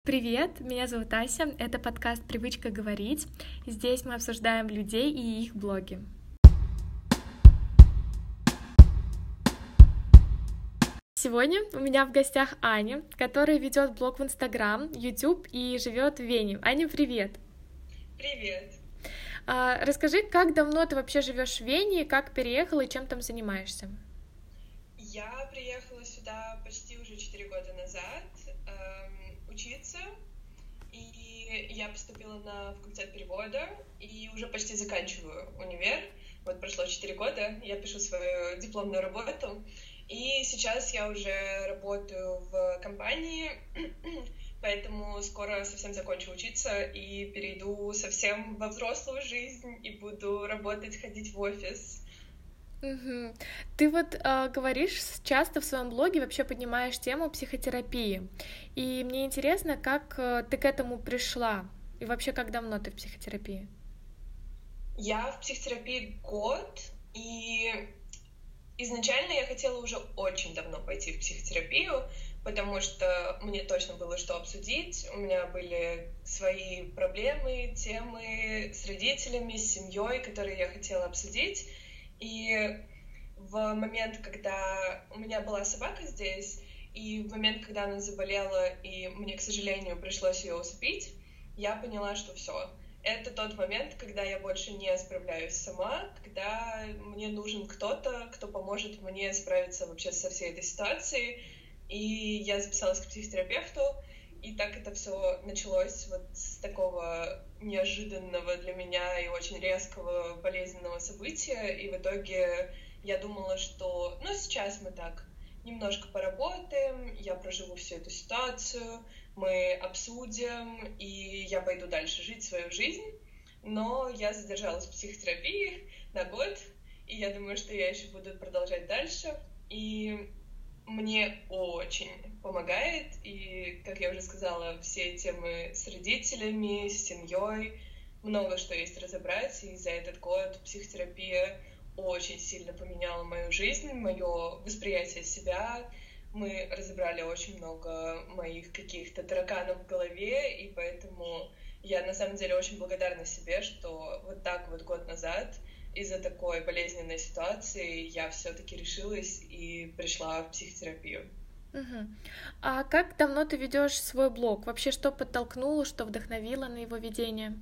Привет, меня зовут Ася, это подкаст «Привычка говорить». Здесь мы обсуждаем людей и их блоги. Сегодня у меня в гостях Аня, которая ведет блог в Инстаграм, YouTube и живет в Вене. Аня, привет! Привет! Расскажи, как давно ты вообще живешь в Вене, как переехала и чем там занимаешься? Я приехала сюда почти уже 4 года назад учиться, и я поступила на факультет перевода и уже почти заканчиваю универ. Вот прошло 4 года, я пишу свою дипломную работу, и сейчас я уже работаю в компании, поэтому скоро совсем закончу учиться и перейду совсем во взрослую жизнь и буду работать, ходить в офис. Угу. Ты вот говоришь часто в своем блоге, вообще поднимаешь тему психотерапии. И мне интересно, как ты к этому пришла? И вообще, как давно ты в психотерапии? Я в психотерапии год, и изначально я хотела уже очень давно пойти в психотерапию, потому что мне точно было что обсудить. У меня были свои проблемы, темы с родителями, с семьей, которые я хотела обсудить. И в момент, когда у меня была собака здесь, и в момент, когда она заболела, и мне, к сожалению, пришлось ее усыпить, я поняла, что все. Это тот момент, когда я больше не справляюсь сама, когда мне нужен кто-то, кто поможет мне справиться вообще со всей этой ситуацией. И я записалась к психотерапевту, и так это все началось вот с такого неожиданного для меня и очень резкого болезненного события. И в итоге я думала, что сейчас мы так немножко поработаем, я проживу всю эту ситуацию, мы обсудим, и я пойду дальше жить свою жизнь. Но я задержалась в психотерапии на год, и я думаю, что я еще буду продолжать дальше. И мне очень помогает, и, как я уже сказала, все темы с родителями, с семьей, много что есть разобрать, и за этот год психотерапия очень сильно поменяла мою жизнь, мое восприятие себя. Мы разобрали очень много моих каких-то тараканов в голове, и поэтому я на самом деле очень благодарна себе, что вот так вот год назад из-за такой болезненной ситуации я все-таки решилась и пришла в психотерапию. Угу. А как давно ты ведешь свой блог? Вообще, что подтолкнуло, что вдохновило на его ведение?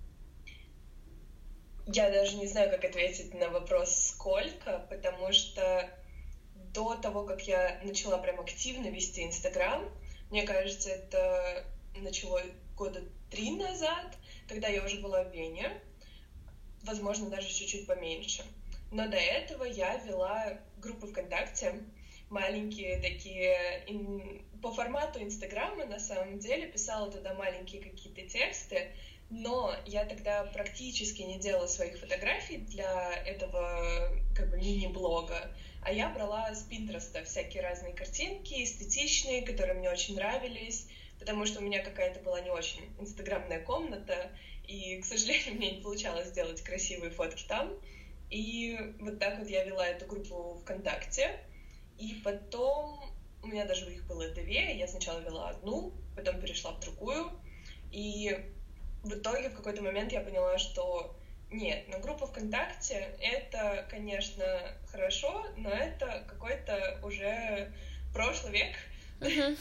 Я даже не знаю, как ответить на вопрос «сколько», потому что до того, как я начала прям активно вести Инстаграм, мне кажется, это началось года 3 назад, когда я уже была в Вене, возможно, даже чуть-чуть поменьше. Но до этого я вела группы ВКонтакте, маленькие такие, по формату Инстаграма, на самом деле, писала туда маленькие какие-то тексты, но я тогда практически не делала своих фотографий для этого как бы мини-блога, а я брала с Пинтереста всякие разные картинки, эстетичные, которые мне очень нравились, потому что у меня какая-то была не очень инстаграмная комната, и, к сожалению, мне не получалось сделать красивые фотки там. И вот так вот я вела эту группу ВКонтакте, и потом у меня даже их было 2, я сначала вела одну, потом перешла в другую, и в итоге в какой-то момент я поняла, что нет, группа ВКонтакте — это, конечно, хорошо, но это какой-то уже прошлый век. Угу.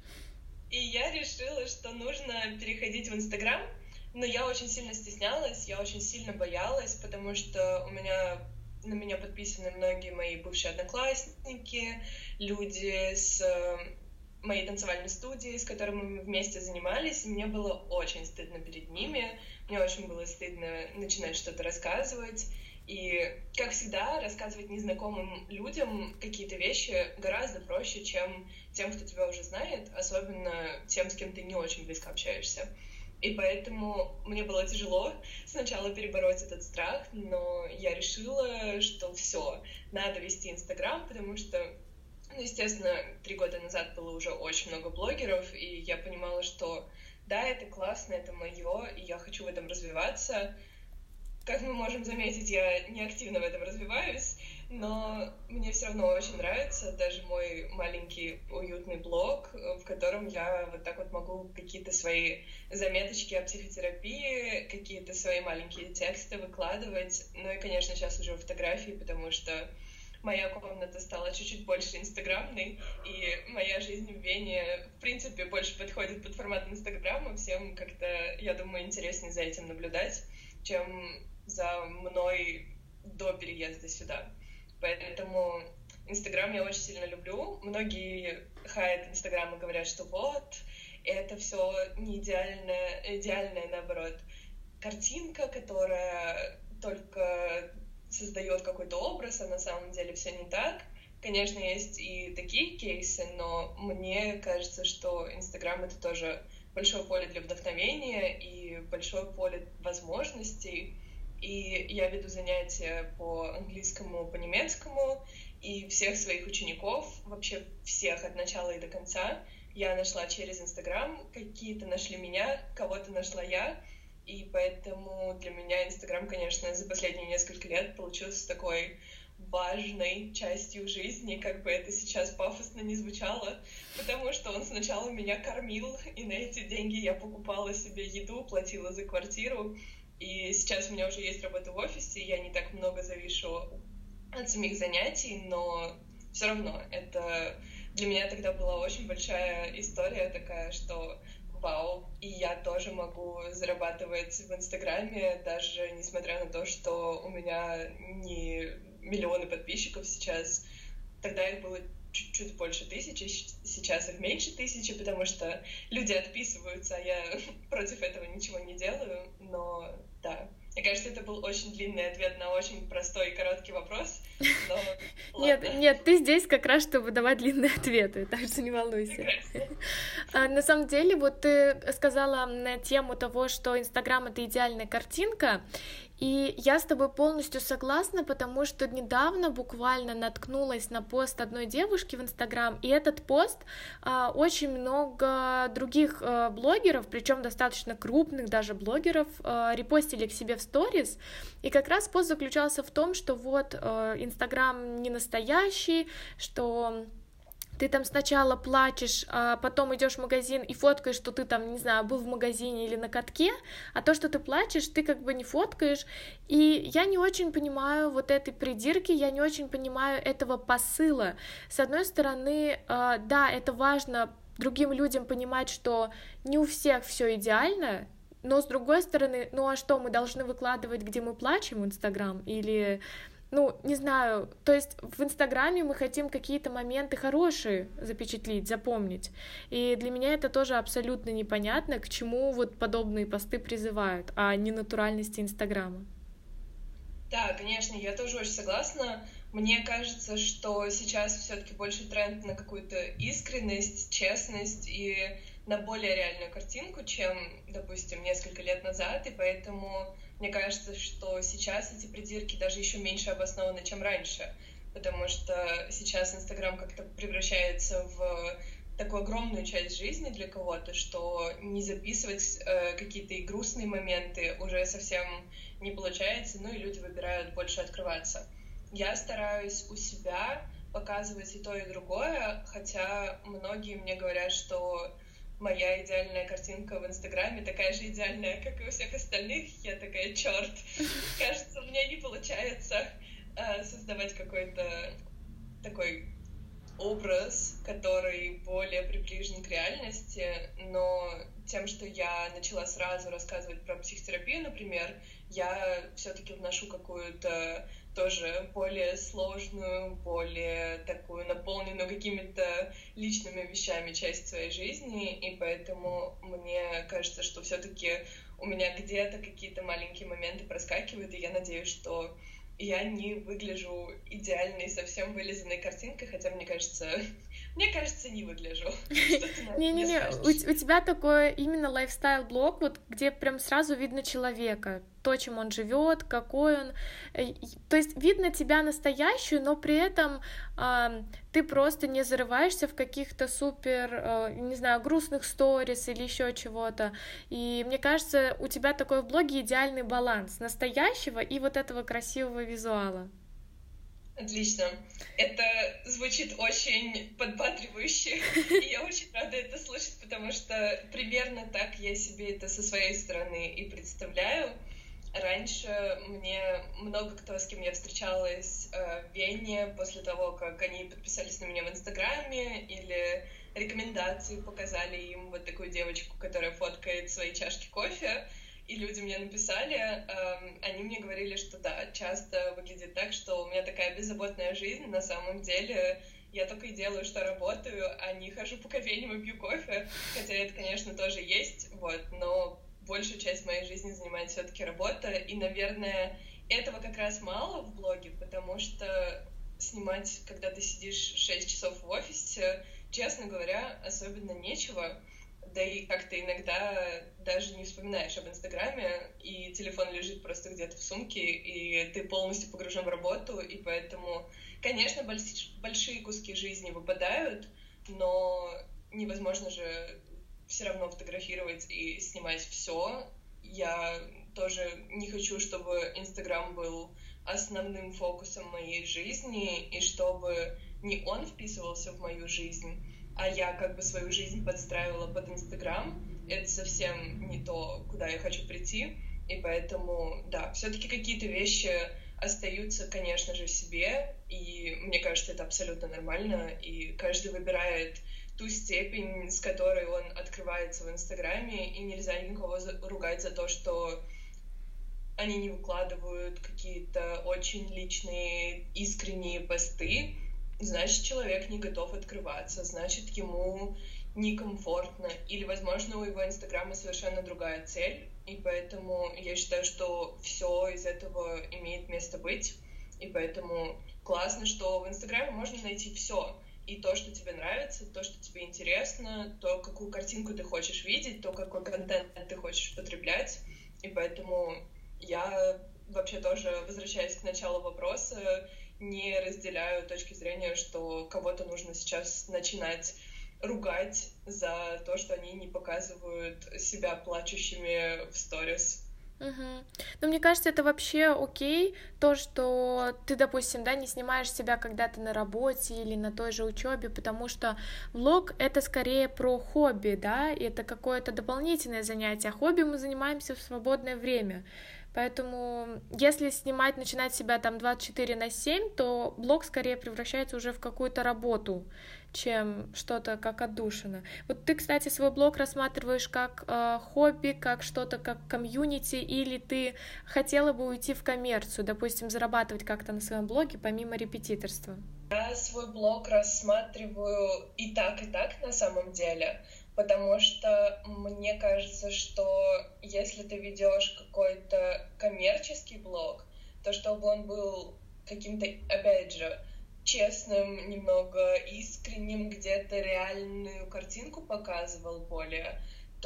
И я решила, что нужно переходить в Инстаграм, но я очень сильно стеснялась, я очень сильно боялась, потому что на меня подписаны многие мои бывшие одноклассники, люди с моей танцевальной студии, с которыми мы вместе занимались, и мне было очень стыдно перед ними, мне очень было стыдно начинать что-то рассказывать, и, как всегда, рассказывать незнакомым людям какие-то вещи гораздо проще, чем тем, кто тебя уже знает, особенно тем, с кем ты не очень близко общаешься. И поэтому мне было тяжело сначала перебороть этот страх, но я решила, что все, надо вести Инстаграм, потому что, естественно, 3 года назад было уже очень много блогеров, и я понимала, что да, это классно, это мое, и я хочу в этом развиваться. как мы можем заметить, я не активно в этом развиваюсь, но мне все равно очень нравится даже мой маленький уютный блог, в котором я вот так вот могу какие-то свои заметочки о психотерапии, какие-то свои маленькие тексты выкладывать. Ну и, конечно, сейчас уже фотографии, потому что моя комната стала чуть-чуть больше инстаграмной, и моя жизнь в Вене, в принципе, больше подходит под формат инстаграма. Всем как-то, я думаю, интереснее за этим наблюдать, чем за мной до переезда сюда. Поэтому Инстаграм я очень сильно люблю. Многие хаят Инстаграм и говорят, что вот, это все не идеальная, наоборот, картинка, которая только создает какой-то образ, а на самом деле все не так. Конечно, есть и такие кейсы, но мне кажется, что Инстаграм — это тоже большое поле для вдохновения и большое поле возможностей. И я веду занятия по английскому, по немецкому, и всех своих учеников, вообще всех от начала и до конца, я нашла через Инстаграм, какие-то нашли меня, кого-то нашла я, и поэтому для меня Инстаграм, конечно, за последние несколько лет получился такой важной частью жизни, как бы это сейчас пафосно не звучало, потому что он сначала меня кормил, и на эти деньги я покупала себе еду, платила за квартиру. И сейчас у меня уже есть работа в офисе, я не так много завишу от самих занятий, но все равно это для меня тогда была очень большая история такая, что вау, и я тоже могу зарабатывать в Инстаграме, даже несмотря на то, что у меня не миллионы подписчиков сейчас. Тогда их было чуть-чуть больше 1000, сейчас их меньше 1000, потому что люди отписываются, а я против этого ничего не делаю, но да. Мне кажется, это был очень длинный ответ на очень простой и короткий вопрос, но Нет, ты здесь как раз, чтобы давать длинные ответы, так что не волнуйся. На самом деле, вот ты сказала на тему того, что Инстаграм — это идеальная картинка, и я с тобой полностью согласна, потому что недавно буквально наткнулась на пост одной девушки в Инстаграм, и этот пост очень много других блогеров, причем достаточно крупных даже блогеров, репостили к себе в сторис, и как раз пост заключался в том, что вот Инстаграм не настоящий, что ты там сначала плачешь, а потом идешь в магазин и фоткаешь, что ты там, не знаю, был в магазине или на катке, а то, что ты плачешь, ты как бы не фоткаешь. И я не очень понимаю вот этой придирки, я не очень понимаю этого посыла. С одной стороны, да, это важно другим людям понимать, что не у всех все идеально, но с другой стороны, ну а что, мы должны выкладывать, где мы плачем в Инстаграм, или... Ну, не знаю, то есть в Инстаграме мы хотим какие-то моменты хорошие запечатлеть, запомнить. И для меня это тоже абсолютно непонятно, к чему вот подобные посты призывают, а не натуральности Инстаграма. Да, конечно, я тоже очень согласна. Мне кажется, что сейчас все-таки больше тренд на какую-то искренность, честность и на более реальную картинку, чем, допустим, несколько лет назад, и поэтому мне кажется, что сейчас эти придирки даже еще меньше обоснованы, чем раньше, потому что сейчас Инстаграм как-то превращается в такую огромную часть жизни для кого-то, что не записывать какие-то и грустные моменты уже совсем не получается, ну и люди выбирают больше открываться. Я стараюсь у себя показывать и то, и другое, хотя многие мне говорят, что моя идеальная картинка в Инстаграме такая же идеальная, как и у всех остальных. Я такая, черт, кажется, у меня не получается создавать какой-то такой образ, который более приближен к реальности, но тем, что я начала сразу рассказывать про психотерапию, например, я все-таки вношу какую-то тоже более сложную, более такую наполненную какими-то личными вещами часть своей жизни, и поэтому мне кажется, что все-таки у меня где-то какие-то маленькие моменты проскакивают, и я надеюсь, что я не выгляжу идеальной, совсем вылизанной картинкой, хотя, мне кажется, Мне кажется, не выгляжу. Что ты на это мне Не-не-не, скажешь? у тебя такой именно лайфстайл-блог, вот где прям сразу видно человека, то, чем он живет, какой он. То есть видно тебя настоящую, но при этом ты просто не зарываешься в каких-то супер, не знаю, грустных сторис или еще чего-то. И мне кажется, у тебя такой в блоге идеальный баланс настоящего и вот этого красивого визуала. Отлично. Это звучит очень подбадривающе, и я очень рада это слышать, потому что примерно так я себе это со своей стороны и представляю. Раньше мне много кто, с кем я встречалась в Вене, после того, как они подписались на меня в Инстаграме или рекомендации показали им вот такую девочку, которая фоткает свои чашки кофе, и люди мне написали, они мне говорили, что да, часто выглядит так, что у меня такая беззаботная жизнь, на самом деле я только и делаю, что работаю, а не хожу по кофейням и пью кофе, хотя это, конечно, тоже есть, вот, но большую часть моей жизни занимает все-таки работа, и, наверное, этого как раз мало в блоге, потому что снимать, когда ты сидишь 6 часов в офисе, честно говоря, особенно нечего. Да и как-то иногда даже не вспоминаешь об Инстаграме, и телефон лежит просто где-то в сумке, и ты полностью погружен в работу, и поэтому, конечно, большие куски жизни выпадают, но невозможно же все равно фотографировать и снимать все. Я тоже не хочу, чтобы Инстаграм был основным фокусом моей жизни, и чтобы не он вписывался в мою жизнь, а я как бы свою жизнь подстраивала под Инстаграм, это совсем не то, куда я хочу прийти, и поэтому, да, все-таки какие-то вещи остаются, конечно же, в себе, и мне кажется, это абсолютно нормально, и каждый выбирает ту степень, с которой он открывается в Инстаграме, и нельзя никого ругать за то, что они не выкладывают какие-то очень личные, искренние посты, значит, человек не готов открываться, значит, ему некомфортно, или, возможно, у его Инстаграма совершенно другая цель, и поэтому я считаю, что все из этого имеет место быть, и поэтому классно, что в Инстаграме можно найти все, и то, что тебе нравится, то, что тебе интересно, то, какую картинку ты хочешь видеть, то, какой контент ты хочешь потреблять, и поэтому я вообще тоже, возвращаясь к началу вопроса, не разделяю точки зрения, что кого-то нужно сейчас начинать ругать за то, что они не показывают себя плачущими в сторис. Угу. Но мне кажется, это вообще окей, то, что ты, допустим, да, не снимаешь себя, когда ты на работе или на той же учебе, потому что влог — это скорее про хобби, да, и это какое-то дополнительное занятие, а хобби мы занимаемся в свободное время. Поэтому, если снимать, начинать себя там 24/7, то блог скорее превращается уже в какую-то работу, чем что-то как отдушина. Вот ты, кстати, свой блог рассматриваешь как хобби, как что-то, как комьюнити, или ты хотела бы уйти в коммерцию, допустим, зарабатывать как-то на своем блоге помимо репетиторства? Я свой блог рассматриваю и так на самом деле, потому что мне кажется, что если ты ведешь какой-то коммерческий блог, то чтобы он был каким-то, опять же, честным, немного искренним, где-то реальную картинку показывал более,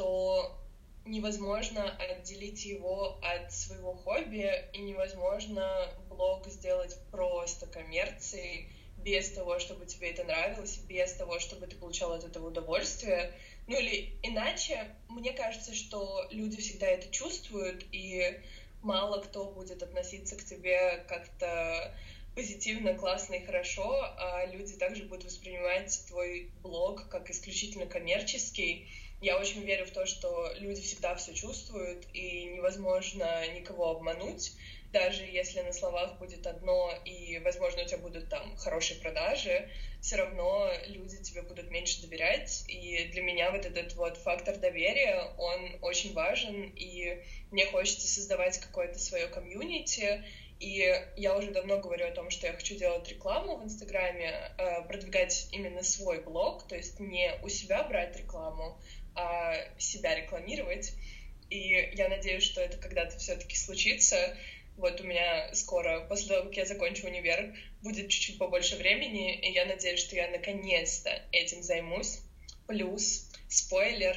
то невозможно отделить его от своего хобби, и невозможно блог сделать просто коммерцией, без того, чтобы тебе это нравилось, без того, чтобы ты получал от этого удовольствие. Ну или иначе, мне кажется, что люди всегда это чувствуют, и мало кто будет относиться к тебе как-то позитивно, классно и хорошо, а люди также будут воспринимать твой блог как исключительно коммерческий. Я очень верю в то, что люди всегда все чувствуют, и невозможно никого обмануть, даже если на словах будет одно, и, возможно, у тебя будут там хорошие продажи, все равно люди тебе будут меньше доверять, и для меня вот этот вот фактор доверия, он очень важен, и мне хочется создавать какое-то свое комьюнити, и я уже давно говорю о том, что я хочу делать рекламу в Инстаграме, продвигать именно свой блог, то есть не у себя брать рекламу, себя рекламировать, и я надеюсь, что это когда-то все-таки случится. Вот у меня скоро, после того, как я закончу универ, будет чуть-чуть побольше времени, и я надеюсь, что я наконец-то этим займусь. Плюс, спойлер,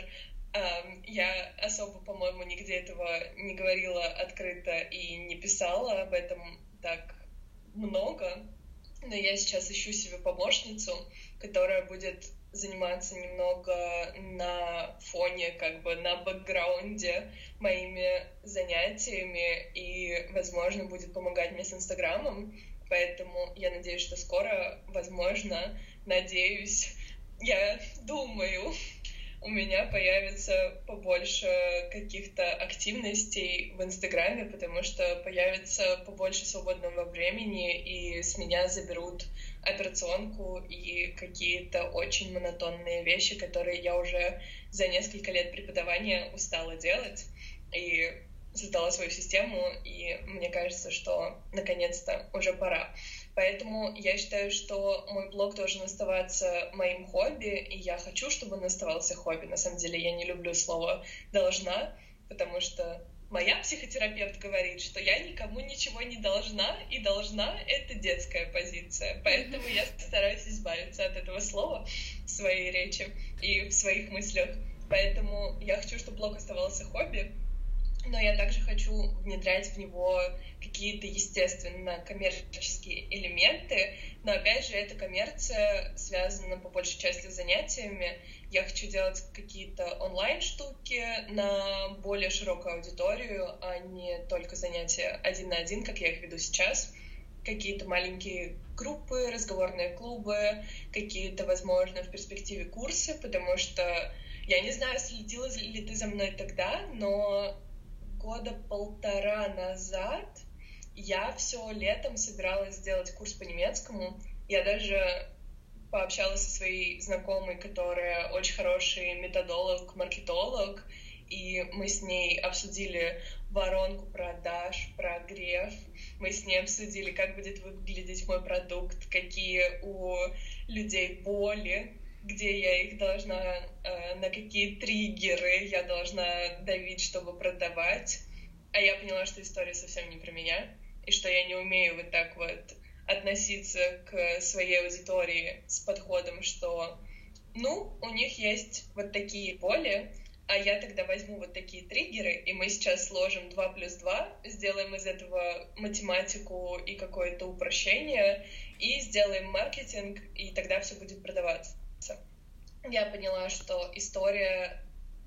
я особо, по-моему, нигде этого не говорила открыто и не писала об этом так много, но я сейчас ищу себе помощницу, которая будет заниматься немного на фоне, как бы на бэкграунде моими занятиями и, возможно, будет помогать мне с Инстаграмом. Поэтому я надеюсь, что скоро, возможно, надеюсь, я думаю, у меня появится побольше каких-то активностей в Инстаграме, потому что появится побольше свободного времени, и с меня заберут операционку и какие-то очень монотонные вещи, которые я уже за несколько лет преподавания устала делать. И создала свою систему, и мне кажется, что наконец-то уже пора. Поэтому я считаю, что мой блог должен оставаться моим хобби, и я хочу, чтобы он оставался хобби. На самом деле я не люблю слово «должна», потому что моя психотерапевт говорит, что я никому ничего не должна, и «должна» — это детская позиция. Поэтому я стараюсь избавиться от этого слова в своей речи и в своих мыслях. Поэтому я хочу, чтобы блог оставался хобби, но я также хочу внедрять в него какие-то, естественно, коммерческие элементы, но, опять же, эта коммерция связана по большей части с занятиями. Я хочу делать какие-то онлайн-штуки на более широкую аудиторию, а не только занятия 1 на 1, как я их веду сейчас. Какие-то маленькие группы, разговорные клубы, какие-то, возможно, в перспективе курсы, потому что я не знаю, следила ли ты за мной тогда, но 1.5 года назад я все летом собиралась сделать курс по немецкому. Я даже пообщалась со своей знакомой, которая очень хороший методолог, маркетолог, и мы с ней обсудили воронку продаж, прогрев. Мы с ней обсудили, как будет выглядеть мой продукт, какие у людей боли, где я их должна, на какие триггеры я должна давить, чтобы продавать. А я поняла, что история совсем не про меня, и что я не умею вот так вот относиться к своей аудитории с подходом, что, ну, у них есть вот такие боли, а я тогда возьму вот такие триггеры, и мы сейчас сложим 2 плюс 2, сделаем из этого математику и какое-то упрощение, и сделаем маркетинг, и тогда все будет продаваться. Я поняла, что история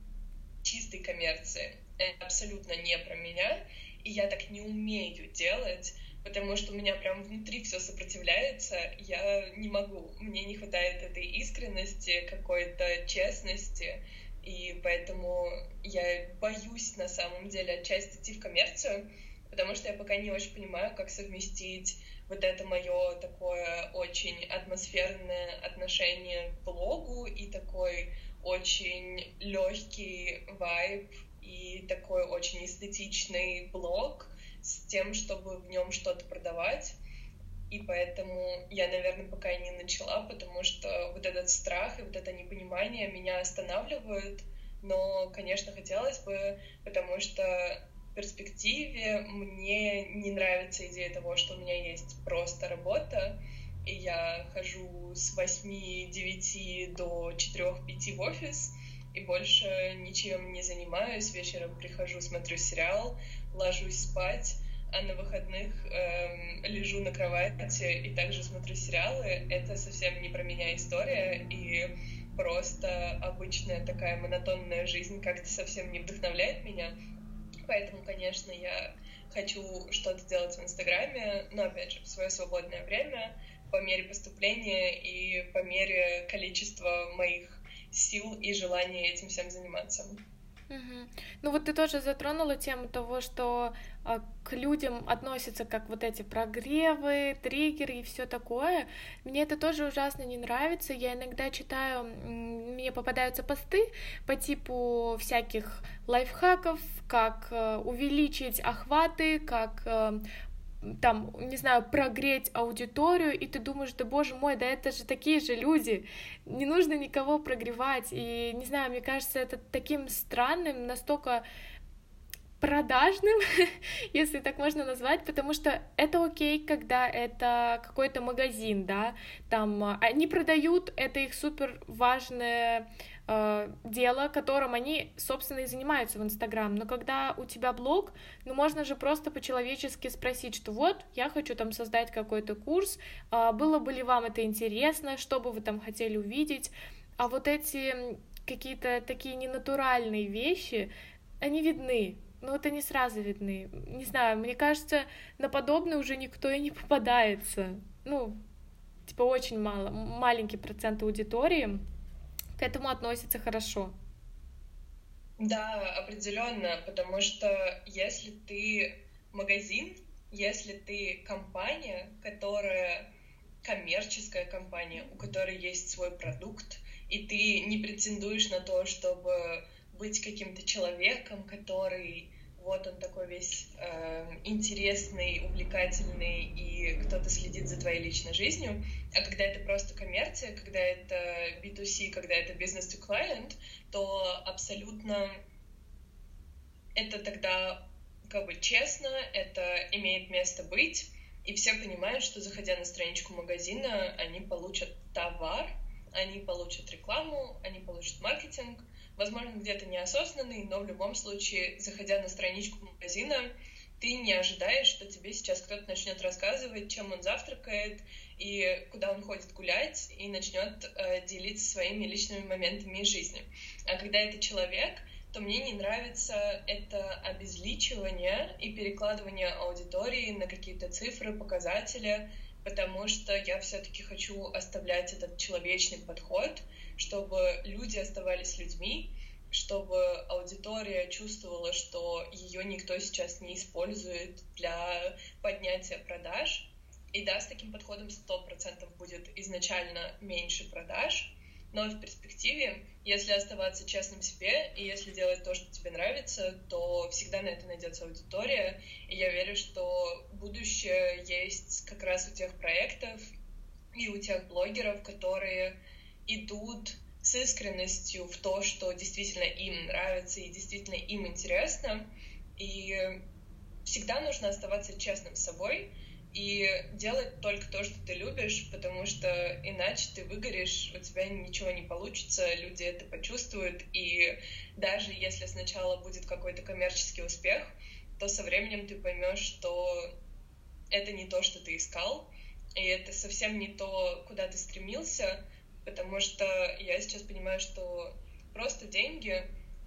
чистой коммерции — это абсолютно не про меня, и я так не умею делать, потому что у меня прям внутри все сопротивляется, я не могу, мне не хватает этой искренности, какой-то честности, и поэтому я боюсь на самом деле отчасти идти в коммерцию, потому что я пока не очень понимаю, как совместить вот это мое такое очень атмосферное отношение к блогу и такой очень легкий вайб и такой очень эстетичный блог с тем, чтобы в нем что-то продавать. И поэтому я, наверное, пока и не начала, потому что вот этот страх и вот это непонимание меня останавливают. Но, конечно, хотелось бы, потому что в перспективе мне не нравится идея того, что у меня есть просто работа, и я хожу с 8-9 до 4-5 в офис, и больше ничем не занимаюсь. Вечером прихожу, смотрю сериал, ложусь спать, а на выходных лежу на кровати и также смотрю сериалы. Это совсем не про меня история, и просто обычная такая монотонная жизнь как-то совсем не вдохновляет меня. Поэтому, конечно, я хочу что-то делать в Инстаграме, но, опять же, в свое свободное время, по мере поступления и по мере количества моих сил и желания этим всем заниматься. Угу. Ну вот ты тоже затронула тему того, что к людям относятся как вот эти прогревы, триггеры и все такое. Мне это тоже ужасно не нравится. Я иногда читаю, мне попадаются посты по типу всяких лайфхаков, как увеличить охваты, как там, не знаю, прогреть аудиторию, и ты думаешь, да боже мой, да это же такие же люди, не нужно никого прогревать, и, не знаю, мне кажется, это таким странным, настолько продажным, если так можно назвать, потому что это окей, когда это какой-то магазин, да, там они продают, это их супер важное дело, которым они, собственно, и занимаются в Инстаграм. Но когда у тебя блог, ну, можно же просто по-человечески спросить, что вот, я хочу там создать какой-то курс, было бы ли вам это интересно, что бы вы там хотели увидеть, а вот эти какие-то такие ненатуральные вещи, они видны, ну вот они сразу видны. Не знаю, мне кажется, на подобное уже никто и не попадается. Ну, типа очень мало, маленький процент аудитории к этому относится хорошо. Да, определенно, потому что если ты магазин, если ты компания, которая коммерческая компания, у которой есть свой продукт, и ты не претендуешь на то, чтобы быть каким-то человеком, который вот он такой весь интересный, увлекательный, и кто-то следит за твоей личной жизнью. А когда это просто коммерция, когда это B2C, когда это business to client, то абсолютно это тогда как бы честно, это имеет место быть, и все понимают, что, заходя на страничку магазина, они получат товар, они получат рекламу, они получат маркетинг, возможно, где-то неосознанный, но в любом случае, заходя на страничку магазина, ты не ожидаешь, что тебе сейчас кто-то начнет рассказывать, чем он завтракает и куда он ходит гулять, и начнет делиться своими личными моментами из жизни. А когда это человек, то мне не нравится это обезличивание и перекладывание аудитории на какие-то цифры, показатели, потому что я все-таки хочу оставлять этот человечный подход, чтобы люди оставались людьми, чтобы аудитория чувствовала, что ее никто сейчас не использует для поднятия продаж. И да, с таким подходом 100% будет изначально меньше продаж, но в перспективе, если оставаться честным себе и если делать то, что тебе нравится, то всегда на это найдется аудитория. И я верю, что будущее есть как раз у тех проектов и у тех блогеров, которые идут с искренностью в то, что действительно им нравится и действительно им интересно. И всегда нужно оставаться честным с собой и делать только то, что ты любишь, потому что иначе ты выгоришь, у тебя ничего не получится, люди это почувствуют, и даже если сначала будет какой-то коммерческий успех, то со временем ты поймешь, что это не то, что ты искал, и это совсем не то, куда ты стремился, потому что я сейчас понимаю, что просто деньги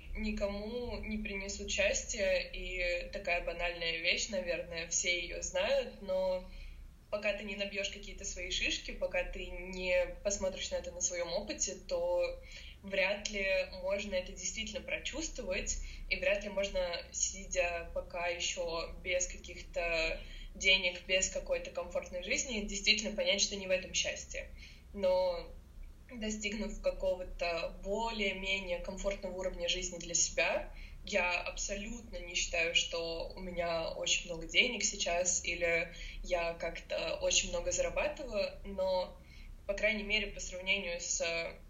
никому не принесут счастья, и такая банальная вещь, наверное, все ее знают, но пока ты не набьешь какие-то свои шишки, пока ты не посмотришь на это на своем опыте, то вряд ли можно это действительно прочувствовать, и вряд ли можно, сидя пока еще без каких-то денег, без какой-то комфортной жизни, действительно понять, что не в этом счастье. Но достигнув какого-то более-менее комфортного уровня жизни для себя, я абсолютно не считаю, что у меня очень много денег сейчас или я как-то очень много зарабатываю, но, по крайней мере, по сравнению с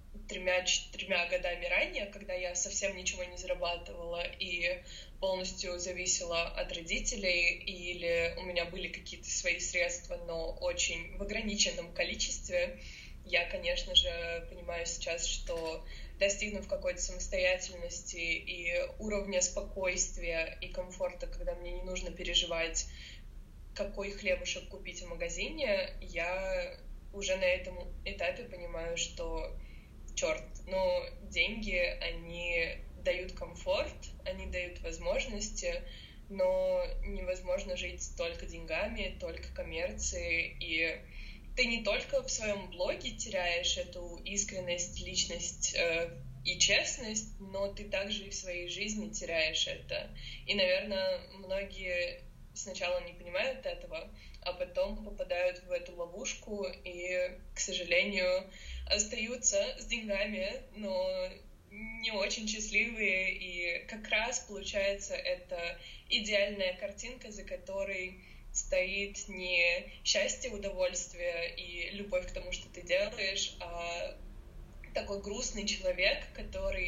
3-4 годами ранее, когда я совсем ничего не зарабатывала и полностью зависела от родителей, или у меня были какие-то свои средства, но очень в ограниченном количестве, я, конечно же, понимаю сейчас, что достигнув какой-то самостоятельности и уровня спокойствия и комфорта, когда мне не нужно переживать, какой хлебушек купить в магазине, я уже на этом этапе понимаю, что, черт, но деньги, они дают комфорт, они дают возможности, но невозможно жить только деньгами, только коммерцией, и ты не только в своем блоге теряешь эту искренность, личность и честность, но ты также и в своей жизни теряешь это. И, наверное, многие сначала не понимают этого, а потом попадают в эту ловушку и, к сожалению, остаются с деньгами, но не очень счастливые. И как раз получается это идеальная картинка, за которой стоит не счастье, удовольствие и любовь к тому, что ты делаешь, а такой грустный человек, который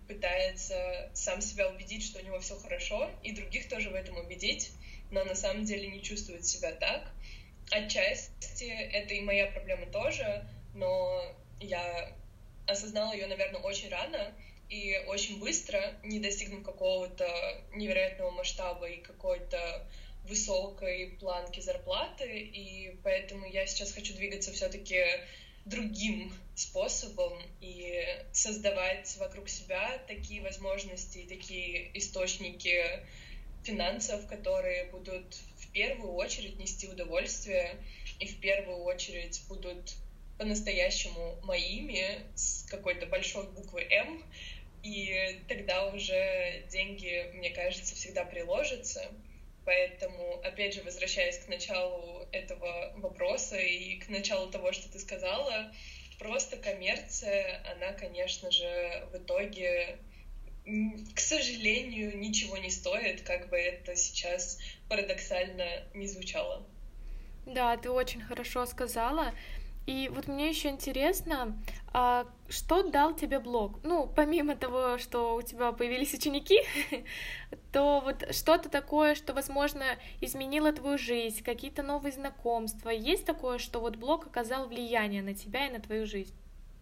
пытается сам себя убедить, что у него все хорошо, и других тоже в этом убедить, но на самом деле не чувствует себя так. Отчасти это и моя проблема тоже, но я осознала ее, наверное, очень рано и очень быстро, не достигнув какого-то невероятного масштаба и какой-то высокой планки зарплаты, и поэтому я сейчас хочу двигаться все-таки другим способом и создавать вокруг себя такие возможности, такие источники финансов, которые будут в первую очередь нести удовольствие и в первую очередь будут по-настоящему моими с какой-то большой буквы «М», и тогда уже деньги, мне кажется, всегда приложатся. Поэтому, опять же, возвращаясь к началу этого вопроса и к началу того, что ты сказала, просто коммерция, она, конечно же, в итоге, к сожалению, ничего не стоит, как бы это сейчас парадоксально не звучало. Да, ты очень хорошо сказала. И вот мне еще интересно, что дал тебе блог? Ну, помимо того, что у тебя появились ученики, то вот что-то такое, что, возможно, изменило твою жизнь, какие-то новые знакомства. Есть такое, что вот блог оказал влияние на тебя и на твою жизнь?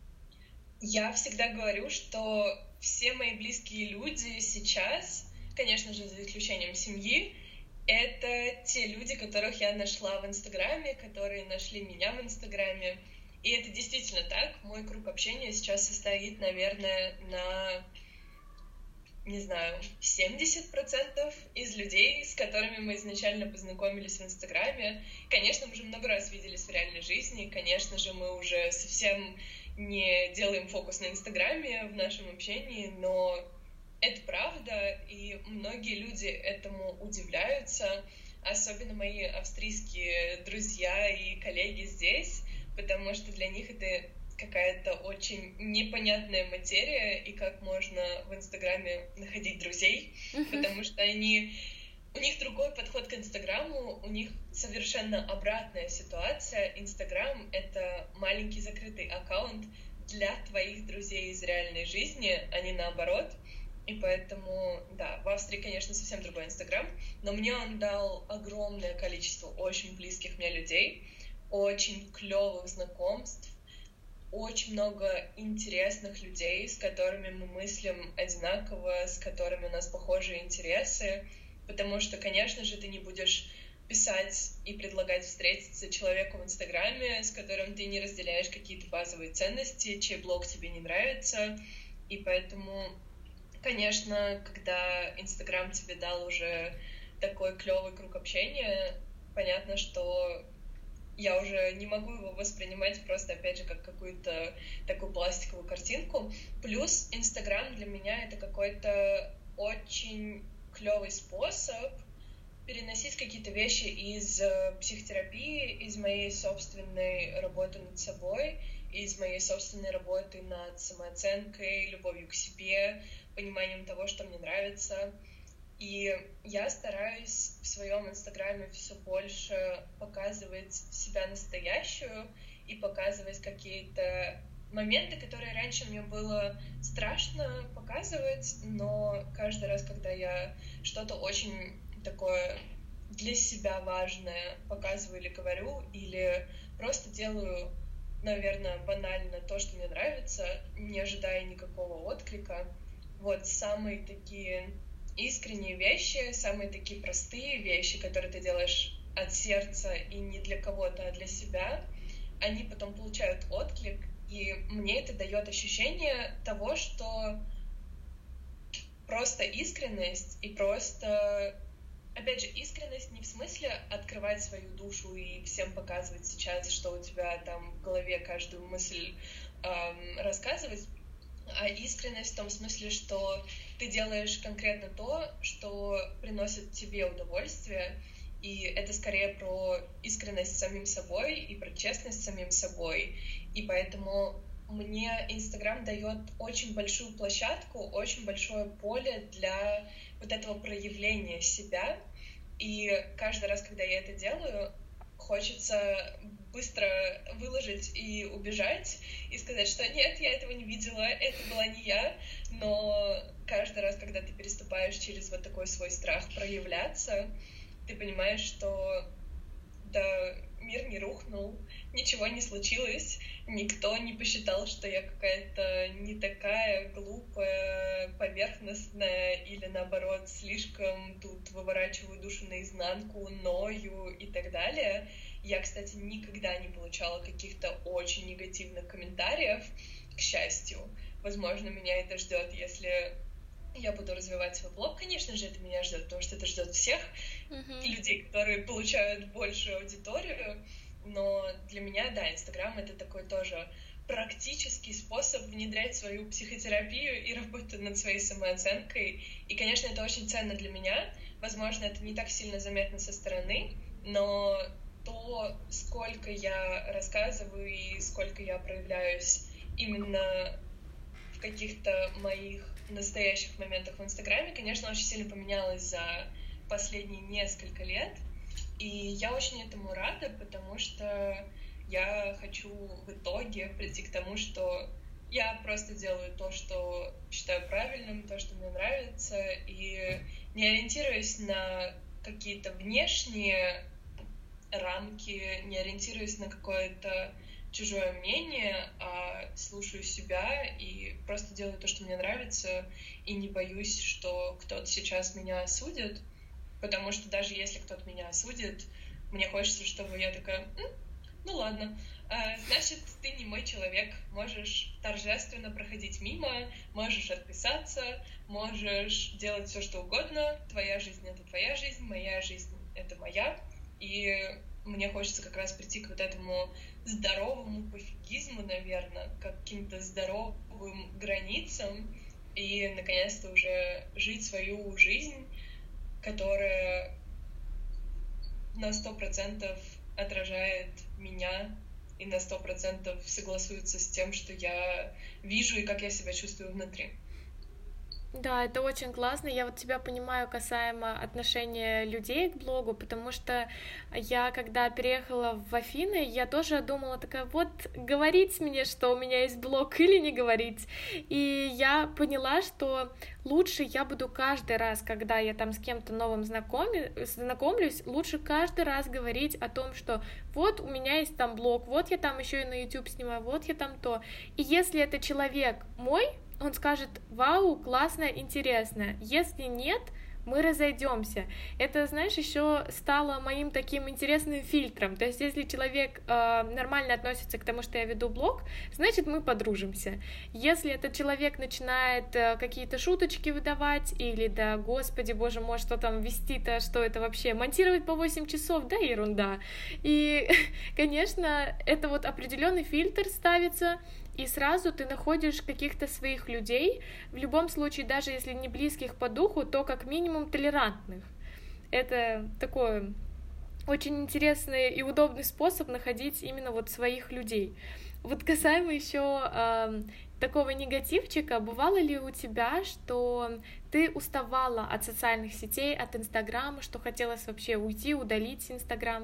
Я всегда говорю, что все мои близкие люди сейчас, конечно же, за исключением семьи, это те люди, которых я нашла в Инстаграме, которые нашли меня в Инстаграме. И это действительно так. Мой круг общения сейчас состоит, наверное, на, не знаю, 70% из людей, с которыми мы изначально познакомились в Инстаграме. Конечно, мы уже много раз виделись в реальной жизни. Конечно же, мы уже совсем не делаем фокус на Инстаграме в нашем общении, но это правда, и многие люди этому удивляются, особенно мои австрийские друзья и коллеги здесь, потому что для них это какая-то очень непонятная материя, и как можно в Инстаграме находить друзей, потому что у них другой подход к Инстаграму, у них совершенно обратная ситуация. Инстаграм — это маленький закрытый аккаунт для твоих друзей из реальной жизни, а не наоборот. И поэтому, да, в Австрии, конечно, совсем другой Инстаграм, но мне он дал огромное количество очень близких мне людей, очень клевых знакомств, очень много интересных людей, с которыми мы мыслим одинаково, с которыми у нас похожие интересы, потому что, конечно же, ты не будешь писать и предлагать встретиться человеку в Инстаграме, с которым ты не разделяешь какие-то базовые ценности, чей блог тебе не нравится, и поэтому... Конечно, когда Инстаграм тебе дал уже такой клевый круг общения, понятно, что я уже не могу его воспринимать просто, опять же, как какую-то такую пластиковую картинку. Плюс Инстаграм для меня — это какой-то очень клевый способ переносить какие-то вещи из психотерапии, из моей собственной работы над собой, из моей собственной работы над самооценкой, любовью к себе, пониманием того, что мне нравится. И я стараюсь в своем Инстаграме все больше показывать себя настоящую и показывать какие-то моменты, которые раньше мне было страшно показывать, но каждый раз, когда я что-то очень такое для себя важное показываю или говорю, или просто делаю, наверное, банально то, что мне нравится, не ожидая никакого отклика, вот самые такие искренние вещи, самые такие простые вещи, которые ты делаешь от сердца и не для кого-то, а для себя, они потом получают отклик, и мне это дает ощущение того, что просто искренность и просто... Опять же, искренность не в смысле открывать свою душу и всем показывать сейчас, что у тебя там в голове каждую мысль рассказывать, а искренность в том смысле, что ты делаешь конкретно то, что приносит тебе удовольствие, и это скорее про искренность с самим собой и про честность с самим собой. И поэтому мне Инстаграм дает очень большую площадку, очень большое поле для вот этого проявления себя. И каждый раз, когда я это делаю, хочется быстро выложить и убежать, и сказать, что нет, я этого не видела, это была не я, но каждый раз, когда ты переступаешь через вот такой свой страх проявляться, ты понимаешь, что да, мир не рухнул, ничего не случилось, никто не посчитал, что я какая-то не такая глупая, поверхностная или, наоборот, слишком тут выворачиваю душу наизнанку, ною и так далее. Я, кстати, никогда не получала каких-то очень негативных комментариев, к счастью. Возможно, меня это ждет, если я буду развивать свой блог. Конечно же, это меня ждет, потому что это ждет всех людей, которые получают большую аудиторию. Но для меня, да, Инстаграм — это такой тоже практический способ внедрять свою психотерапию и работу над своей самооценкой. И, конечно, это очень ценно для меня. Возможно, это не так сильно заметно со стороны, но то, сколько я рассказываю и сколько я проявляюсь именно в каких-то моих настоящих моментах в Инстаграме, конечно, очень сильно поменялось за последние несколько лет. И я очень этому рада, потому что я хочу в итоге прийти к тому, что я просто делаю то, что считаю правильным, то, что мне нравится, и не ориентируюсь на какие-то внешние рамки, не ориентируюсь на какое-то чужое мнение, а слушаю себя и просто делаю то, что мне нравится, и не боюсь, что кто-то сейчас меня осудит, потому что даже если кто-то меня осудит, мне хочется, чтобы я такая, ну ладно, значит, ты не мой человек, можешь торжественно проходить мимо, можешь отписаться, можешь делать все, что угодно, твоя жизнь — это твоя жизнь, моя жизнь — это моя, и мне хочется как раз прийти к вот этому здоровому пофигизму, наверное, к каким-то здоровым границам и, наконец-то, уже жить свою жизнь, которая на 100% отражает меня и на 100% согласуется с тем, что я вижу и как я себя чувствую внутри. Да, это очень классно. Я вот тебя понимаю касаемо отношения людей к блогу, потому что я, когда переехала в Афины, я тоже думала такая, вот, говорить мне, что у меня есть блог, или не говорить. И я поняла, что лучше я буду каждый раз, когда я там с кем-то новым знакомлюсь, лучше каждый раз говорить о том, что вот у меня есть там блог, вот я там еще и на YouTube снимаю, вот я там то. И если это человек мой, он скажет: вау, классно, интересно. Если нет, мы разойдемся. Это, знаешь, еще стало моим таким интересным фильтром. То есть, если человек нормально относится к тому, что я веду блог, значит, мы подружимся. Если этот человек начинает какие-то шуточки выдавать, или, да, господи, боже мой, что там вести-то, что это вообще, монтировать по 8 часов, да, ерунда. И, конечно, это вот определенный фильтр ставится, и сразу ты находишь каких-то своих людей, в любом случае, даже если не близких по духу, то как минимум толерантных. Это такой очень интересный и удобный способ находить именно вот своих людей. Вот касаемо еще такого негативчика, бывало ли у тебя, что ты уставала от социальных сетей, от Инстаграма, что хотелось вообще уйти, удалить Инстаграм?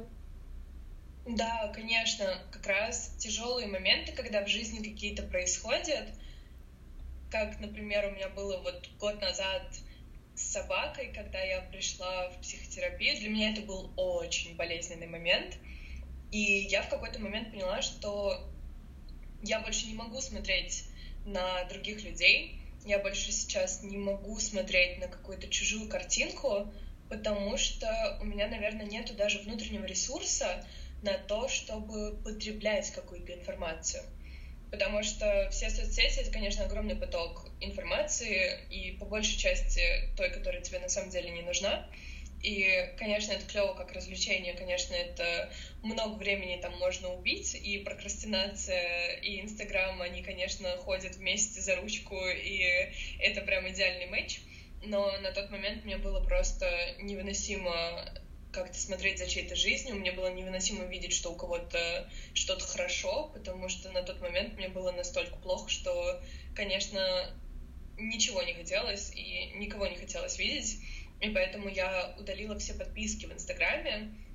Да, конечно, как раз тяжелые моменты, когда в жизни какие-то происходят, как, например, у меня было вот год назад с собакой, когда я пришла в психотерапию, для меня это был очень болезненный момент, и я в какой-то момент поняла, что я больше не могу смотреть на других людей, я больше сейчас не могу смотреть на какую-то чужую картинку, потому что у меня, наверное, нету даже внутреннего ресурса на то, чтобы потреблять какую-то информацию. Потому что все соцсети — это, конечно, огромный поток информации, и по большей части той, которая тебе на самом деле не нужна. И, конечно, это клево как развлечение, конечно, это много времени там можно убить, и прокрастинация, и Инстаграм, они, конечно, ходят вместе за ручку, и это прям идеальный матч. Но на тот момент мне было просто невыносимо как-то смотреть за чьей-то жизнью, мне было невыносимо видеть, что у кого-то что-то хорошо, потому что на тот момент мне было настолько плохо, что, конечно, ничего не хотелось и никого не хотелось видеть, и поэтому я удалила все подписки в Инстаграме,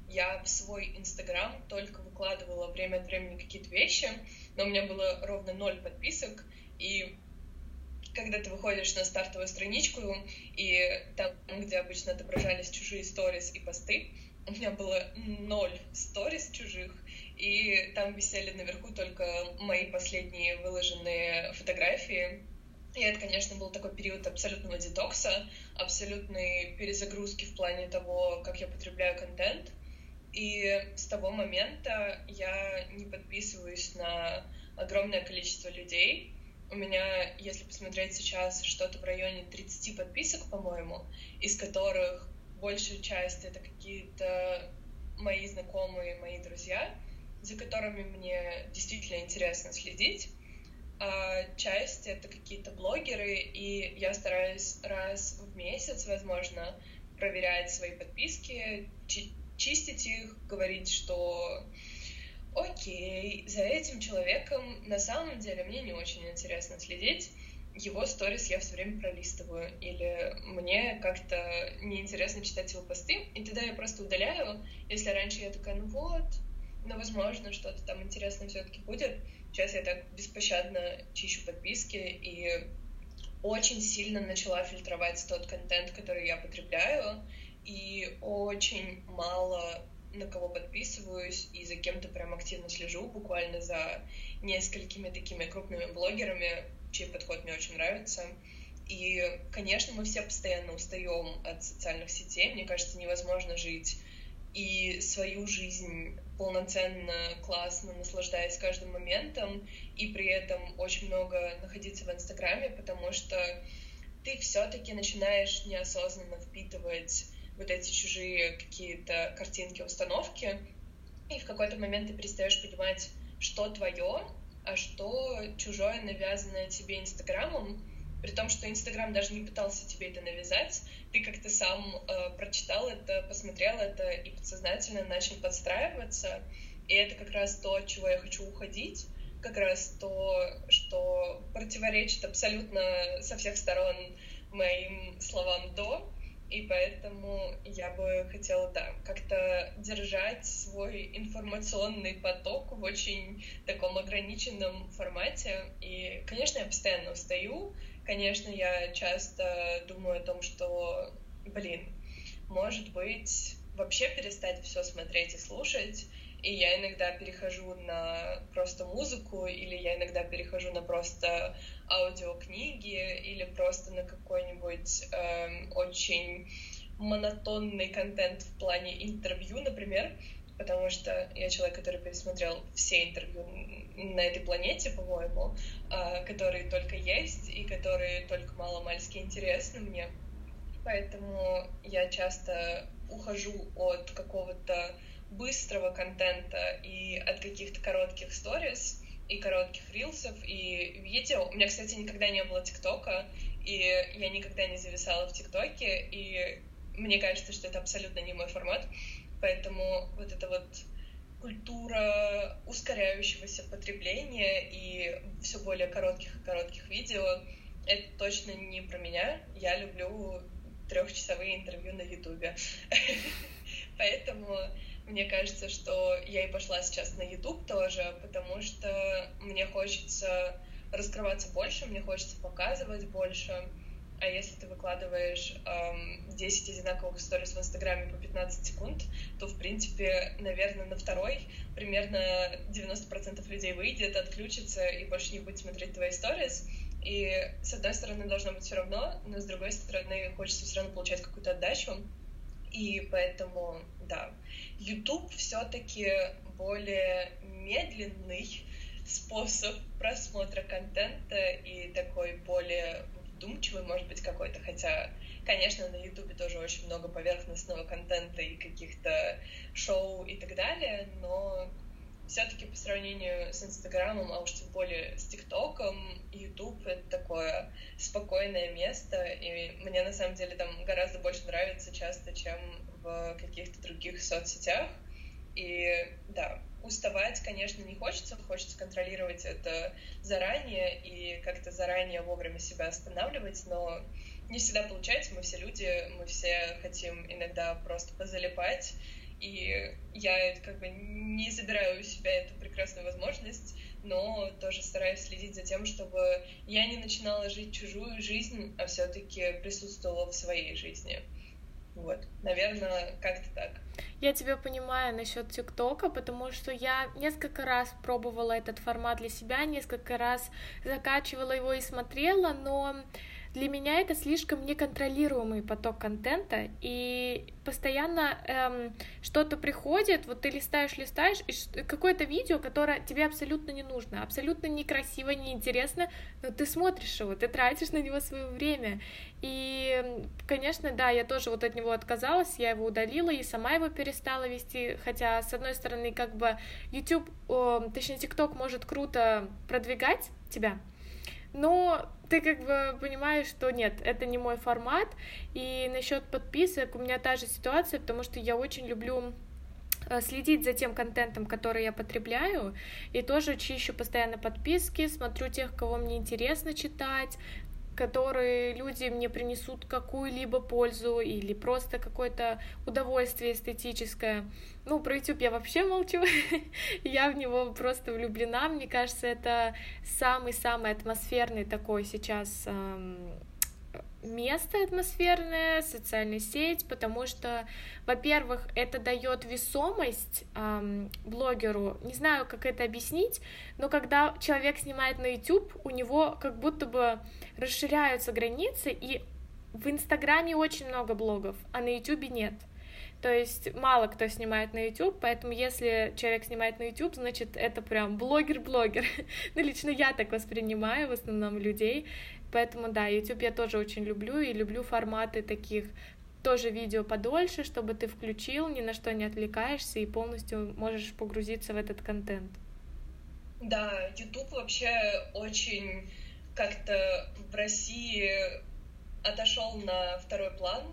я в свой Инстаграм только выкладывала время от времени какие-то вещи, но у меня было ровно 0 подписок, и когда ты выходишь на стартовую страничку, и там, где обычно отображались чужие сторис и посты, у меня было 0 сторис чужих, и там висели наверху только мои последние выложенные фотографии. И это, конечно, был такой период абсолютного детокса, абсолютной перезагрузки в плане того, как я потребляю контент. И с того момента я не подписываюсь на огромное количество людей. У меня, если посмотреть сейчас, что-то в районе 30 подписок, по-моему, из которых большая часть — это какие-то мои знакомые, мои друзья, за которыми мне действительно интересно следить. А часть — это какие-то блогеры, и я стараюсь раз в месяц, возможно, проверять свои подписки, чистить их, говорить, что окей, за этим человеком на самом деле мне не очень интересно следить, его сторис я все время пролистываю, или мне как-то неинтересно читать его посты, и тогда я просто удаляю. Если раньше я такая, ну вот, ну, возможно, что-то там интересное все-таки будет, сейчас я так беспощадно чищу подписки и очень сильно начала фильтровать тот контент, который я потребляю, и очень мало на кого подписываюсь, и за кем-то прям активно слежу, буквально за несколькими такими крупными блогерами, чей подход мне очень нравится. И, конечно, мы все постоянно устаем от социальных сетей. Мне кажется, невозможно жить и свою жизнь полноценно, классно, наслаждаясь каждым моментом, и при этом очень много находиться в Инстаграме, потому что ты все-таки начинаешь неосознанно впитывать вот эти чужие какие-то картинки, установки, и в какой-то момент ты перестаешь понимать, что твое, а что чужое, навязанное тебе Инстаграмом, при том, что Инстаграм даже не пытался тебе это навязать, ты как-то сам прочитал это, посмотрел это и подсознательно начал подстраиваться, и это как раз то, от чего я хочу уходить, как раз то, что противоречит абсолютно со всех сторон моим словам «до», и поэтому я бы хотела, да, как-то держать свой информационный поток в очень таком ограниченном формате. И, конечно, я постоянно устаю, конечно, я часто думаю о том, что, может быть, вообще перестать все смотреть и слушать, и я иногда перехожу на просто музыку, или я иногда перехожу на просто аудиокниги, или просто на какой-нибудь очень монотонный контент в плане интервью, например, потому что я человек, который пересмотрел все интервью на этой планете, по-моему, которые только есть и которые только мало-мальски интересны мне. Поэтому я часто ухожу от какого-то быстрого контента и от каких-то коротких сторис и коротких рилсов и видео. У меня, кстати, никогда не было ТикТока, и я никогда не зависала в ТикТоке, и мне кажется, что это абсолютно не мой формат, поэтому вот эта вот культура ускоряющегося потребления и все более коротких и коротких видео — это точно не про меня. Я люблю 3-часовые интервью на Ютубе. Поэтому мне кажется, что я и пошла сейчас на YouTube тоже, потому что мне хочется раскрываться больше, мне хочется показывать больше. А если ты выкладываешь 10 одинаковых сторис в Инстаграме по 15 секунд, то, в принципе, наверное, на второй примерно 90% людей выйдет, отключится и больше не будет смотреть твои сторис. И, с одной стороны, должно быть все равно, но с другой стороны, хочется все равно получать какую-то отдачу. И поэтому, да, YouTube все-таки более медленный способ просмотра контента и такой более вдумчивый, может быть, какой-то. Хотя, конечно, на YouTube тоже очень много поверхностного контента и каких-то шоу и так далее, но все-таки по сравнению с Инстаграмом, а уж тем более с ТикТоком, YouTube — это такое спокойное место, и мне на самом деле там гораздо больше нравится часто, чем в каких-то других соцсетях. И да, уставать, конечно, не хочется, хочется контролировать это заранее и как-то заранее вовремя себя останавливать, но не всегда получается, мы все люди, мы все хотим иногда просто позалипать и я как бы не забираю у себя эту прекрасную возможность, но тоже стараюсь следить за тем, чтобы я не начинала жить чужую жизнь, а все-таки присутствовала в своей жизни. Вот, наверное, как-то так. Я тебя понимаю насчет ТикТока, потому что я несколько раз пробовала этот формат для себя, несколько раз закачивала его и смотрела, но для меня это слишком неконтролируемый поток контента, и постоянно что-то приходит, вот ты листаешь, и какое-то видео, которое тебе абсолютно не нужно, абсолютно некрасиво, неинтересно, но ты смотришь его, ты тратишь на него свое время. И, конечно, да, я тоже вот от него отказалась, я его удалила и сама его перестала вести, хотя, с одной стороны, как бы YouTube, точнее, TikTok может круто продвигать тебя, но ты как бы понимаешь, что нет, это не мой формат. И насчет подписок у меня та же ситуация, потому что я очень люблю следить за тем контентом, который я потребляю, и тоже чищу постоянно подписки, смотрю тех, кого мне интересно читать, которые люди мне принесут какую-либо пользу или просто какое-то удовольствие эстетическое. Ну, про YouTube я вообще молчу, я в него просто влюблена, мне кажется, это самый-самый атмосферный такой сейчас место атмосферное, социальная сеть, потому что, во-первых, это дает весомость блогеру, не знаю, как это объяснить, но когда человек снимает на YouTube, у него как будто бы расширяются границы, и в Инстаграме очень много блогов, а на YouTube нет. То есть мало кто снимает на YouTube, поэтому если человек снимает на YouTube, значит, это прям блогер-блогер. Ну, лично я так воспринимаю в основном людей. Поэтому, да, YouTube я тоже очень люблю, и люблю форматы таких, тоже видео подольше, чтобы ты включил, ни на что не отвлекаешься и полностью можешь погрузиться в этот контент. Да, YouTube вообще очень как-то в России отошел на второй план,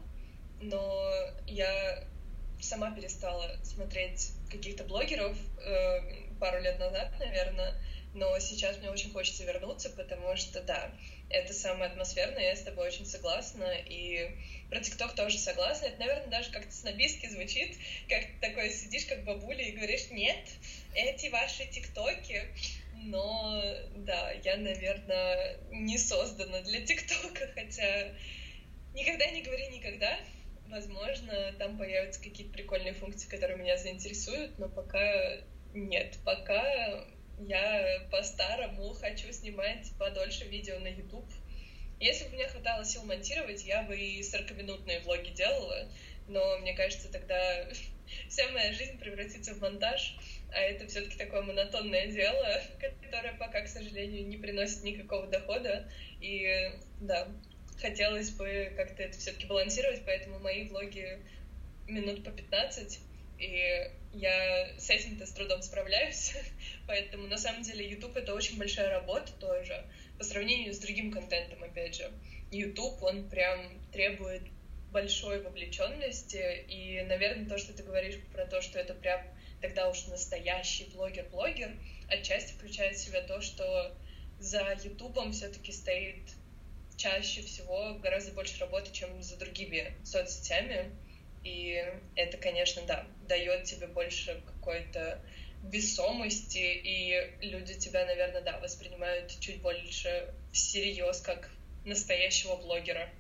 но я сама перестала смотреть каких-то блогеров пару лет назад, наверное, но сейчас мне очень хочется вернуться, потому что, да, это самое атмосферное, я с тобой очень согласна, и про ТикТок тоже согласна. Это, наверное, даже как-то снобистски звучит, как ты такой сидишь как бабуля и говоришь: нет, эти ваши ТикТоки. Но, да, я, наверное, не создана для ТикТока, хотя никогда не говори никогда. Возможно, там появятся какие-то прикольные функции, которые меня заинтересуют, но пока нет. Пока я по-старому хочу снимать подольше видео на YouTube. Если бы мне хватало сил монтировать, я бы и 40-минутные влоги делала, но мне кажется, тогда вся моя жизнь превратится в монтаж, а это все-таки такое монотонное дело, которое пока, к сожалению, не приносит никакого дохода. И да, хотелось бы как-то это все-таки балансировать, поэтому мои влоги минут по 15, и я с этим-то с трудом справляюсь, поэтому на самом деле YouTube — это очень большая работа тоже, по сравнению с другим контентом, опять же. YouTube, он прям требует большой вовлеченности, и, наверное, то, что ты говоришь про то, что это прям тогда уж настоящий блогер, отчасти включает в себя то, что за Ютубом все-таки стоит чаще всего гораздо больше работы, чем за другими соцсетями. И это, конечно, да, дает тебе больше какой-то весомости, и люди тебя, наверное, да, воспринимают чуть больше всерьез, как настоящего блогера.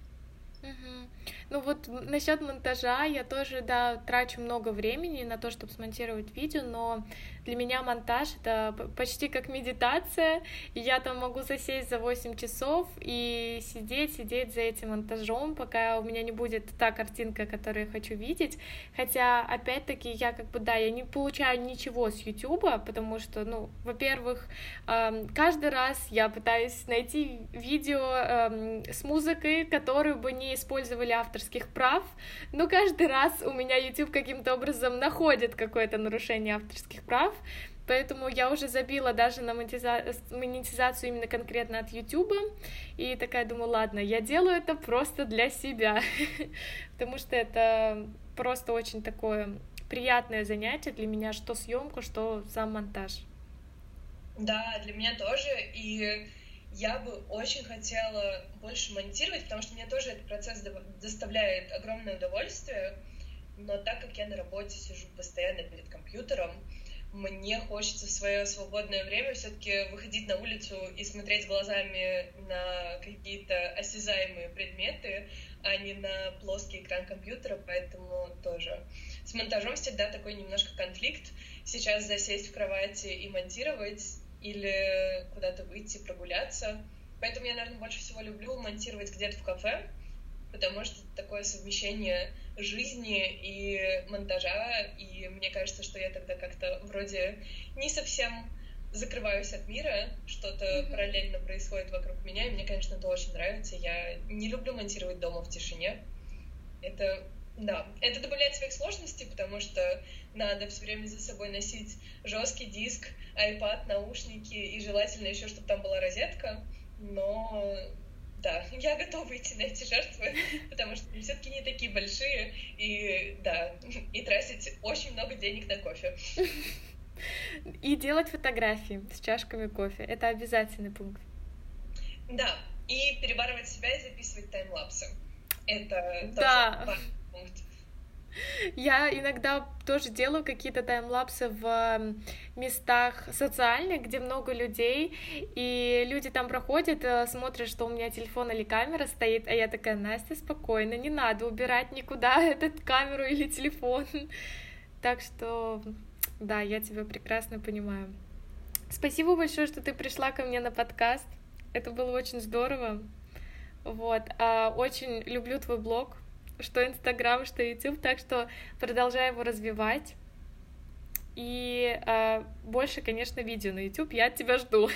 Угу. Ну вот насчет монтажа я тоже, да, трачу много времени на то, чтобы смонтировать видео, но для меня монтаж — это почти как медитация, и я там могу засесть за 8 часов и сидеть за этим монтажом, пока у меня не будет та картинка, которую я хочу видеть, хотя, опять-таки, я как бы, да, я не получаю ничего с Ютуба, потому что, во-первых, каждый раз я пытаюсь найти видео с музыкой, которую бы не использовали авторских прав, но каждый раз у меня YouTube каким-то образом находит какое-то нарушение авторских прав, поэтому я уже забила даже на монетизацию именно конкретно от YouTube, и такая думаю, ладно, я делаю это просто для себя, потому что это просто очень такое приятное занятие для меня, что съемка, что сам монтаж. Да, для меня тоже, и я бы очень хотела больше монтировать, потому что мне тоже этот процесс доставляет огромное удовольствие. но так как я на работе сижу постоянно перед компьютером, мне хочется в свое свободное время все-таки выходить на улицу и смотреть глазами на какие-то осязаемые предметы, а не на плоский экран компьютера, поэтому тоже. С монтажом всегда такой немножко конфликт. Сейчас засесть в кровати и монтировать или куда-то выйти прогуляться. Поэтому я, наверное, больше всего люблю монтировать где-то в кафе, потому что это такое совмещение жизни и монтажа, и мне кажется, что я тогда как-то вроде не совсем закрываюсь от мира, что-то параллельно происходит вокруг меня, и мне, конечно, это очень нравится. Я не люблю монтировать дома в тишине. Это добавляет своих сложностей, потому что надо все время за собой носить жесткий диск, iPad, наушники, и желательно еще, чтобы там была розетка, но да, я готова идти на эти жертвы, потому что они все-таки не такие большие, и тратить очень много денег на кофе. И делать фотографии с чашками кофе. Это обязательный пункт. Да, и перебарывать себя и записывать таймлапсы. Это тоже важный пункт. Я иногда тоже делаю какие-то таймлапсы в местах социальных, где много людей, и люди там проходят, смотрят, что у меня телефон или камера стоит, а я такая: Настя, спокойно, не надо убирать никуда эту камеру или телефон. Так что, да, я тебя прекрасно понимаю. Спасибо большое, что ты пришла ко мне на подкаст. Это было очень здорово. Вот. Очень люблю твой блог, что Инстаграм, что Ютуб, так что продолжай его развивать. И больше, конечно, видео на Ютуб. Я от тебя жду.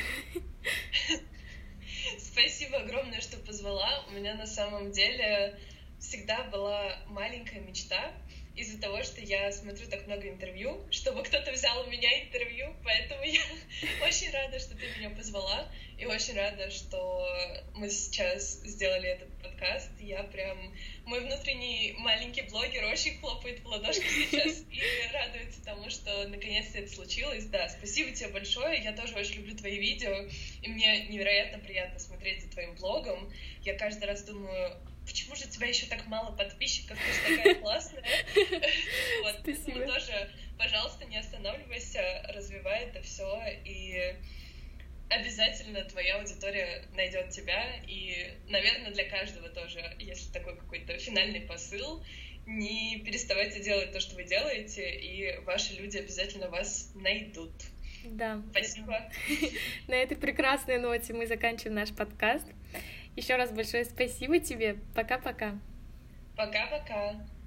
Спасибо огромное, что позвала. У меня на самом деле всегда была маленькая мечта из-за того, что я смотрю так много интервью, чтобы кто-то взял у меня интервью, поэтому я очень рада, что ты меня позвала, и очень рада, что мы сейчас сделали этот подкаст. Мой внутренний маленький блогер очень хлопает в ладошки сейчас и радуется тому, что наконец-то это случилось. Да, спасибо тебе большое, я тоже очень люблю твои видео, и мне невероятно приятно смотреть за твоим блогом. Я каждый раз думаю: почему же у тебя еще так мало подписчиков, ты же такая классная. Поэтому тоже, пожалуйста, не останавливайся, развивай это все, и обязательно твоя аудитория найдет тебя. И, наверное, для каждого тоже, если такой какой-то финальный посыл, не переставайте делать то, что вы делаете, и ваши люди обязательно вас найдут. Да. Спасибо. На этой прекрасной ноте мы заканчиваем наш подкаст. Еще раз большое спасибо тебе. Пока-пока. Пока-пока.